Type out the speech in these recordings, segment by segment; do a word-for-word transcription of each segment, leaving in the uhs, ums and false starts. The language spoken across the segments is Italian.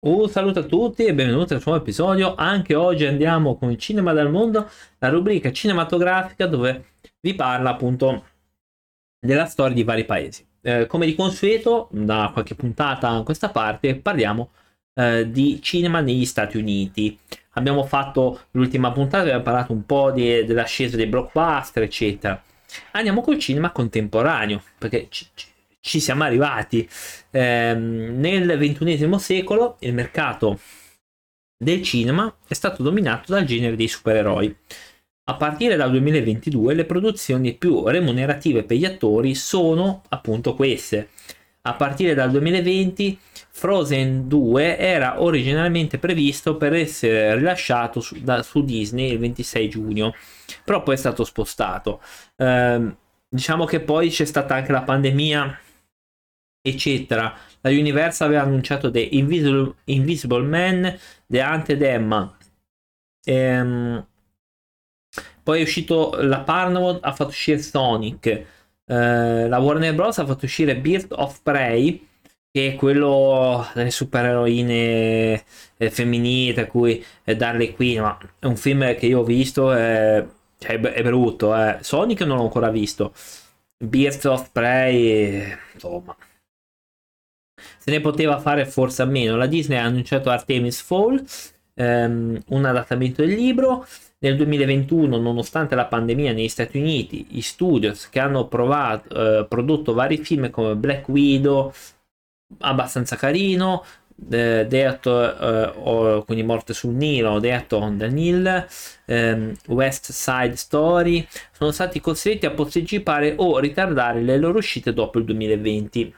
Un saluto a tutti e benvenuti al nuovo episodio. Anche oggi andiamo con il Cinema dal Mondo, la rubrica cinematografica dove vi parla appunto della storia di vari paesi. Eh, come di consueto, da qualche puntata a questa parte, parliamo eh, di cinema negli Stati Uniti. Abbiamo fatto l'ultima puntata, abbiamo parlato un po' di- dell'ascesa dei blockbuster, eccetera. Andiamo col cinema contemporaneo, perché ci, ci- ci siamo arrivati. Ehm, nel ventunesimo secolo il mercato del cinema è stato dominato dal genere dei supereroi. A partire dal duemilaventidue le produzioni più remunerative per gli attori sono appunto queste. A partire dal duemilaventi Frozen due era originalmente previsto per essere rilasciato su, da, su Disney il ventisei giugno, però poi è stato spostato. Ehm, diciamo che poi c'è stata anche la pandemia, eccetera. La Universal aveva annunciato The Invisible, Invisible Man, The Hunted Emma. Ehm, poi è uscito la Paramount, ha fatto uscire Sonic. Eh, la Warner Bros. Ha fatto uscire Bird of Prey, che è quello delle supereroine eh, femminili, tra cui eh, Harley Quinn. Ma è un film che io ho visto, eh, cioè, è, è brutto. Eh. Sonic non l'ho ancora visto. Birds of Prey, eh, insomma, se ne poteva fare forse a meno. La Disney ha annunciato Artemis Fall, ehm, un adattamento del libro. Nel duemilaventuno, nonostante la pandemia negli Stati Uniti, gli studios che hanno provato, eh, prodotto vari film come Black Widow, abbastanza carino, eh, Death, eh, o- quindi Morte sul Nilo, Death on the Nile, ehm, West Side Story, sono stati costretti a posticipare o ritardare le loro uscite dopo il duemilaventi.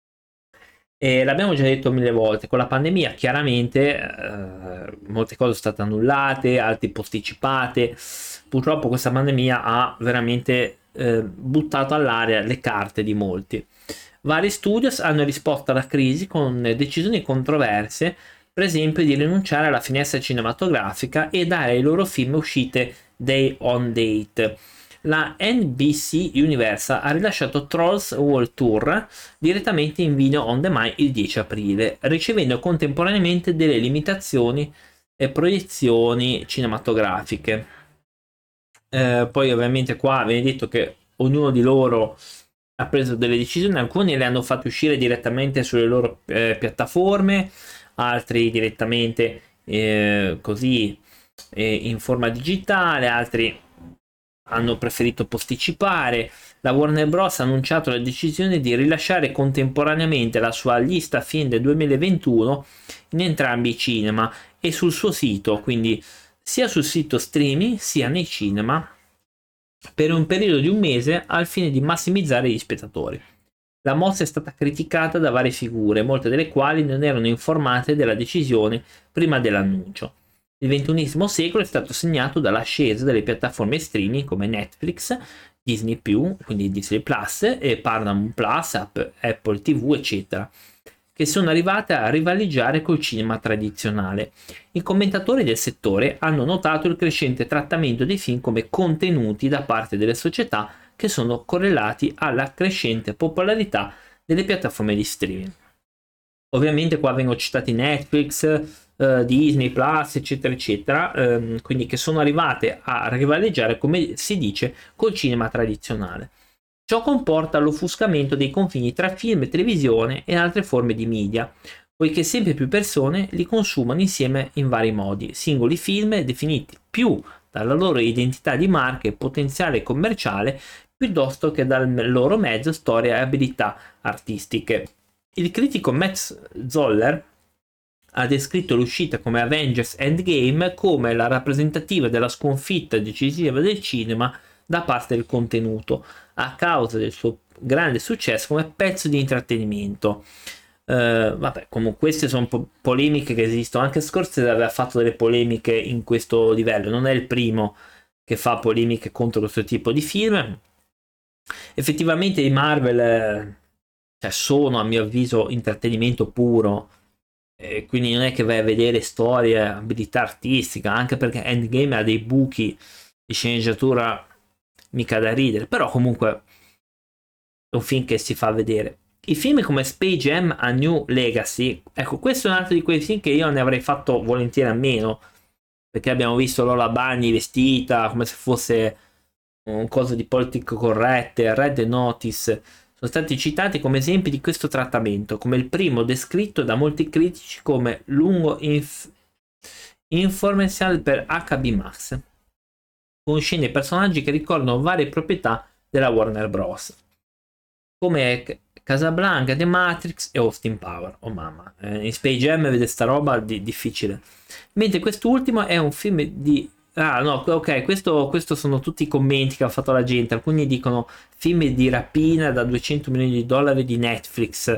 E l'abbiamo già detto mille volte, con la pandemia chiaramente eh, molte cose sono state annullate, altre posticipate. Purtroppo questa pandemia ha veramente eh, buttato all'aria le carte di molti. Vari studios hanno risposto alla crisi con decisioni controverse, per esempio di rinunciare alla finestra cinematografica e dare ai loro film uscite day on date. La N B C Universal ha rilasciato Trolls World Tour direttamente in video on demand il dieci aprile, ricevendo contemporaneamente delle limitazioni e proiezioni cinematografiche. Eh, poi ovviamente qua viene detto che ognuno di loro ha preso delle decisioni, alcuni le hanno fatte uscire direttamente sulle loro eh, piattaforme, altri direttamente eh, così eh, in forma digitale, altri hanno preferito posticipare. La Warner Bros. Ha annunciato la decisione di rilasciare contemporaneamente la sua lista film del duemilaventuno in entrambi i cinema e sul suo sito, quindi sia sul sito streaming sia nei cinema, per un periodo di un mese al fine di massimizzare gli spettatori. La mossa è stata criticata da varie figure, molte delle quali non erano informate della decisione prima dell'annuncio. Il ventunesimo secolo è stato segnato dall'ascesa delle piattaforme streaming come Netflix, Disney più, quindi Disney Plus e Paramount Plus, Apple T V, eccetera, che sono arrivate a rivaleggiare col cinema tradizionale. I commentatori del settore hanno notato il crescente trattamento dei film come contenuti da parte delle società che sono correlati alla crescente popolarità delle piattaforme di streaming. Ovviamente qua vengono citati Netflix, eh, Disney Plus, eccetera, eccetera, ehm, quindi che sono arrivate a rivaleggiare, come si dice, col cinema tradizionale. Ciò comporta l'offuscamento dei confini tra film, televisione e altre forme di media, poiché sempre più persone li consumano insieme in vari modi, singoli film definiti più dalla loro identità di marca e potenziale commerciale piuttosto che dal loro mezzo, storia e abilità artistiche. Il critico Max Zoller ha descritto l'uscita come Avengers Endgame come la rappresentativa della sconfitta decisiva del cinema da parte del contenuto, a causa del suo grande successo come pezzo di intrattenimento. Uh, vabbè, comunque queste sono po- polemiche che esistono. Anche Scorsese aveva fatto delle polemiche in questo livello, non è il primo che fa polemiche contro questo tipo di film. Effettivamente i Marvel eh, cioè sono a mio avviso intrattenimento puro, eh, quindi non è che vai a vedere storie, abilità artistica, anche perché Endgame ha dei buchi di sceneggiatura mica da ridere, però comunque è un film che si fa vedere. I film come Space Jam A New Legacy, ecco, questo è un altro di quei film che io ne avrei fatto volentieri a meno, perché abbiamo visto Lola Bunny vestita come se fosse un coso di politico corrette. Red Notice sono stati citati come esempi di questo trattamento, come il primo descritto da molti critici come lungo inf- infomercial per H B Max, con scene e personaggi che ricordano varie proprietà della Warner Bros. come Casablanca, The Matrix e Austin Power. Oh mamma, eh, in Space Jam vede sta roba di difficile. Mentre quest'ultimo è un film di... Ah no, ok, questo, questo sono tutti i commenti che ha fatto la gente. Alcuni dicono film di rapina da duecento milioni di dollari di Netflix.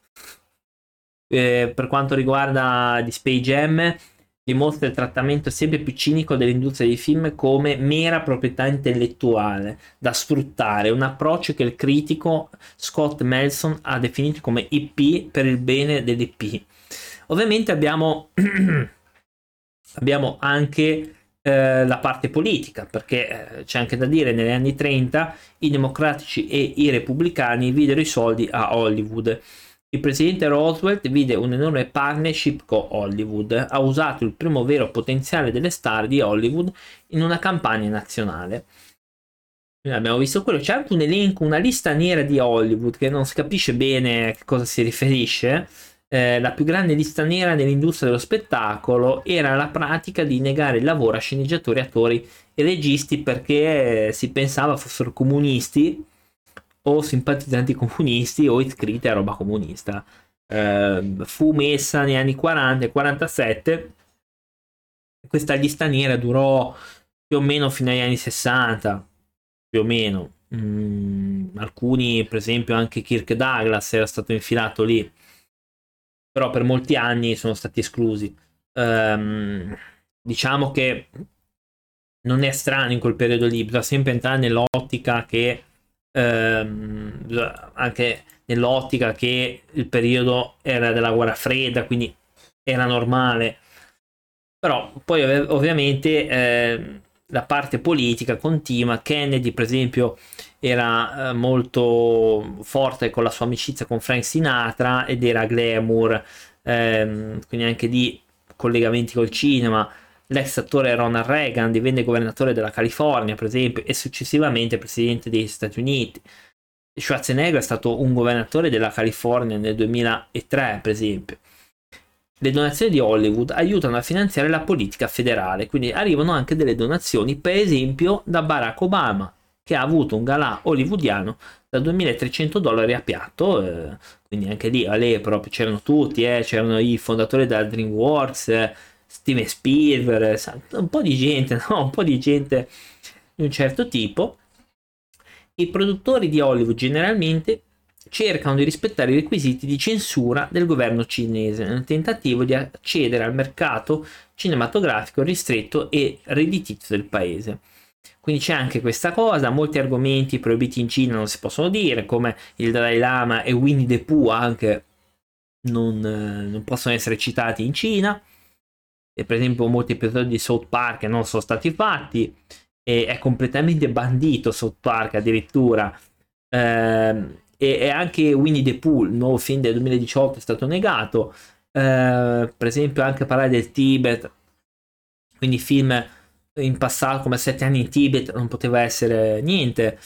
Eh, per quanto riguarda di Space Jam, dimostra il trattamento sempre più cinico dell'industria dei film come mera proprietà intellettuale da sfruttare, un approccio che il critico Scott Melson ha definito come I P per il bene dell'I P. Ovviamente abbiamo, abbiamo anche eh, la parte politica, perché eh, c'è anche da dire, negli anni trenta i democratici e i repubblicani videro i soldi a Hollywood. Il presidente Roosevelt vide un'enorme partnership con Hollywood, ha usato il primo vero potenziale delle star di Hollywood in una campagna nazionale. Abbiamo visto quello, c'è anche un elenco, una lista nera di Hollywood che non si capisce bene a che cosa si riferisce. Eh, la più grande lista nera nell'industria dello spettacolo era la pratica di negare il lavoro a sceneggiatori, attori e registi perché eh, si pensava fossero comunisti o simpatizzanti comunisti o iscritti a roba comunista. Eh, fu messa negli anni quaranta e quarantasette. Questa lista nera durò più o meno fino agli anni sessanta, più o meno. Mm, alcuni, per esempio, anche Kirk Douglas era stato infilato lì, però per molti anni sono stati esclusi. Um, diciamo che non è strano in quel periodo lì, bisogna sempre entrare nell'ottica che ehm, anche nell'ottica che il periodo era della guerra fredda, quindi era normale. Però poi ov- ovviamente eh, la parte politica continua. Kennedy, per esempio, era eh, molto forte con la sua amicizia con Frank Sinatra ed era glamour, ehm, quindi anche di collegamenti col cinema. L'ex attore Ronald Reagan divenne governatore della California, per esempio, e successivamente presidente degli Stati Uniti. Schwarzenegger è stato un governatore della California nel duemilatré, per esempio. Le donazioni di Hollywood aiutano a finanziare la politica federale, quindi arrivano anche delle donazioni, per esempio da Barack Obama, che ha avuto un galà hollywoodiano da duemilatrecento dollari a piatto, eh, quindi anche lì a lei proprio c'erano tutti, eh, c'erano i fondatori della DreamWorks, eh, Steven Spielberg, un po' di gente, no? Un po' di gente di un certo tipo. I produttori di Hollywood generalmente cercano di rispettare i requisiti di censura del governo cinese nel tentativo di accedere al mercato cinematografico ristretto e redditizio del paese. Quindi c'è anche questa cosa, molti argomenti proibiti in Cina non si possono dire, come il Dalai Lama e Winnie the Pooh anche non, non possono essere citati in Cina. E per esempio molti episodi di South Park non sono stati fatti, e è completamente bandito South Park addirittura. Ehm, e, e anche Winnie the Pooh, il nuovo film del duemiladiciotto, è stato negato. Eh, per esempio anche parlare del Tibet, quindi film in passato come Sette anni in Tibet non poteva essere niente.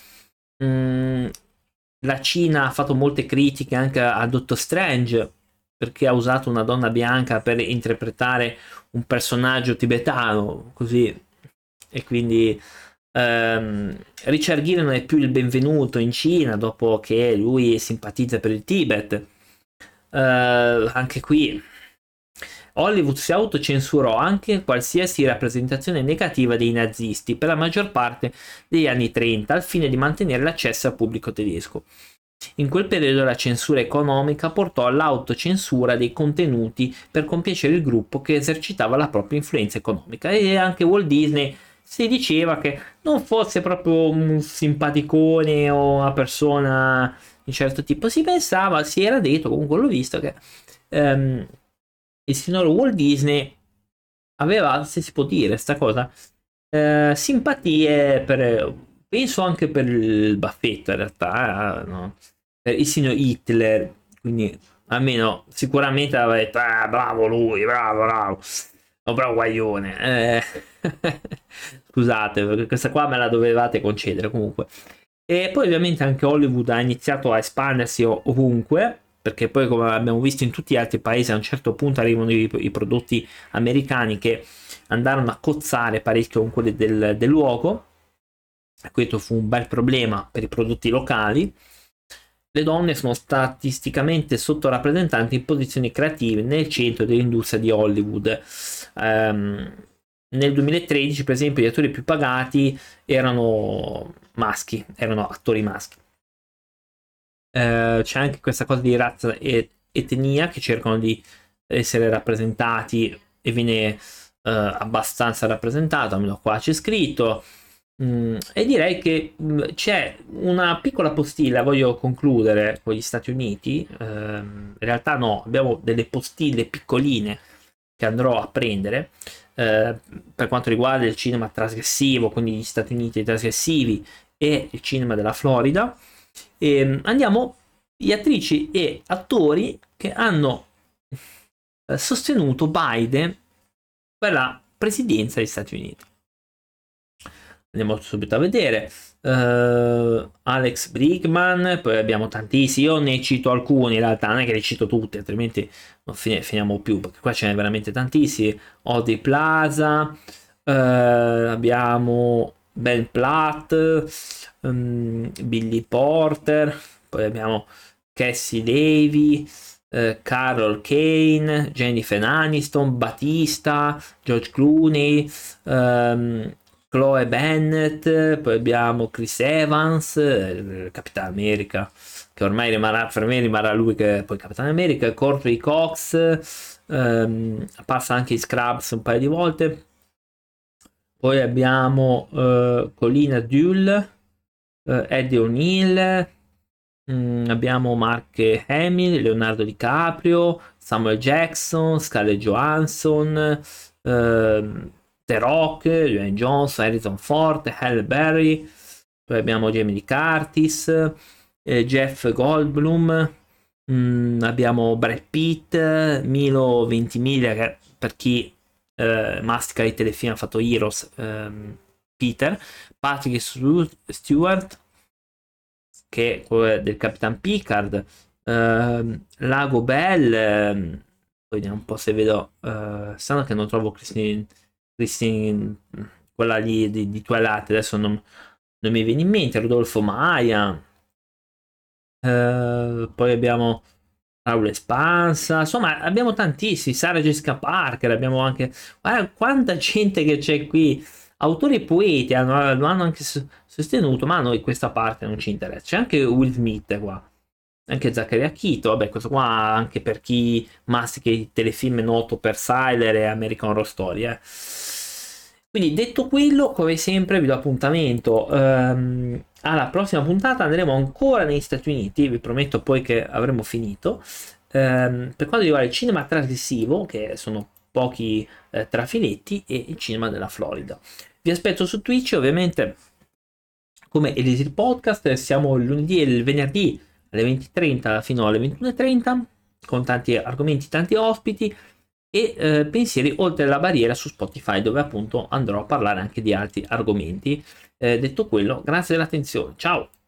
Mm, la Cina ha fatto molte critiche anche a Doctor Strange perché ha usato una donna bianca per interpretare un personaggio tibetano, così. E quindi ehm, Richard Gere non è più il benvenuto in Cina dopo che lui simpatizza per il Tibet. Eh, anche qui Hollywood si autocensurò anche qualsiasi rappresentazione negativa dei nazisti per la maggior parte degli anni trenta al fine di mantenere l'accesso al pubblico tedesco. In quel periodo la censura economica portò all'autocensura dei contenuti per compiacere il gruppo che esercitava la propria influenza economica, e anche Walt Disney si diceva che non fosse proprio un simpaticone o una persona di certo tipo, si pensava, si era detto, comunque l'ho visto, che ehm, il signor Walt Disney aveva, se si può dire sta cosa, eh, simpatie per, penso anche per il baffetto in realtà, eh, no? Per il signor Hitler, quindi almeno sicuramente aveva detto ah, bravo lui, bravo, bravo, oh, bravo guaglione. Eh, scusate, perché questa qua me la dovevate concedere comunque. E poi ovviamente anche Hollywood ha iniziato a espandersi ovunque, perché poi come abbiamo visto in tutti gli altri paesi a un certo punto arrivano i, i prodotti americani che andarono a cozzare parecchio con quelli del, del luogo. Questo fu un bel problema per i prodotti locali. Le donne sono statisticamente sottorappresentate in posizioni creative nel centro dell'industria di Hollywood. Um, nel duemilatredici, per esempio, gli attori più pagati erano maschi, erano attori maschi. Uh, c'è anche questa cosa di razza e etnia che cercano di essere rappresentati e viene uh, abbastanza rappresentato, almeno qua c'è scritto. Mm, e direi che mm, c'è una piccola postilla, voglio concludere con gli Stati Uniti. Ehm, in realtà no, abbiamo delle postille piccoline che andrò a prendere eh, per quanto riguarda il cinema trasgressivo, quindi gli Stati Uniti trasgressivi e il cinema della Florida. E, mm, andiamo gli attrici e attori che hanno eh, sostenuto Biden per la presidenza degli Stati Uniti. Andiamo subito a vedere uh, Alex Brickman, poi abbiamo tantissimi, io ne cito alcuni in realtà, non è che li cito tutti, altrimenti non fin- finiamo più, perché qua ce n'è veramente tantissimi. Audrey Plaza, uh, abbiamo Ben Platt, um, Billy Porter, poi abbiamo Cassie Davy, uh, Carol Kane, Jennifer Aniston, Batista, George Clooney, um, Chloe Bennett, poi abbiamo Chris Evans, il Capitano America, che ormai rimarrà, per me rimarrà lui che è poi Capitano America, Courtney Cox, ehm, passa anche in Scrubs un paio di volte, poi abbiamo eh, Colina Dull, eh, Eddie O'Neill, mh, abbiamo Mark Hamill, Leonardo DiCaprio, Samuel Jackson, Scarlett Johansson, ehm, The Rock, Dwayne Johnson, Harrison Ford, Halle Berry, poi abbiamo Jamie Lee Curtis, eh, Jeff Goldblum, mm, abbiamo Brad Pitt, Milo Ventimiglia, che per chi eh, mastica i telefilm ha fatto Heroes, ehm, Peter, Patrick Stewart, che è quello del Capitan Picard, ehm, Lago Bell, ehm, vediamo un po' se vedo, eh, sanno che non trovo Christine Christine, quella lì di, di Twilight, adesso non, non mi viene in mente, Rodolfo Maia, eh, poi abbiamo Raul Espansa, insomma abbiamo tantissimi, Sara Jessica Parker, abbiamo anche, guarda quanta gente che c'è qui, autori e poeti hanno, lo hanno anche sostenuto, ma a noi questa parte non ci interessa, c'è anche Will Smith qua. Anche Zachary Quito, vabbè, questo qua anche per chi mastica i telefilm è noto per Siler e American Horror Story. Eh. Quindi detto quello, come sempre vi do appuntamento ehm, alla prossima puntata, andremo ancora negli Stati Uniti, vi prometto poi che avremo finito. Ehm, per quanto riguarda il cinema trasgressivo, che sono pochi eh, trafiletti, e il cinema della Florida. Vi aspetto su Twitch, ovviamente, come Elisir Podcast, siamo il lunedì e il venerdì alle venti e trenta fino alle ventuno e trenta con tanti argomenti, tanti ospiti e eh, pensieri oltre la barriera su Spotify, dove appunto andrò a parlare anche di altri argomenti. Eh, detto quello, grazie dell'attenzione, ciao!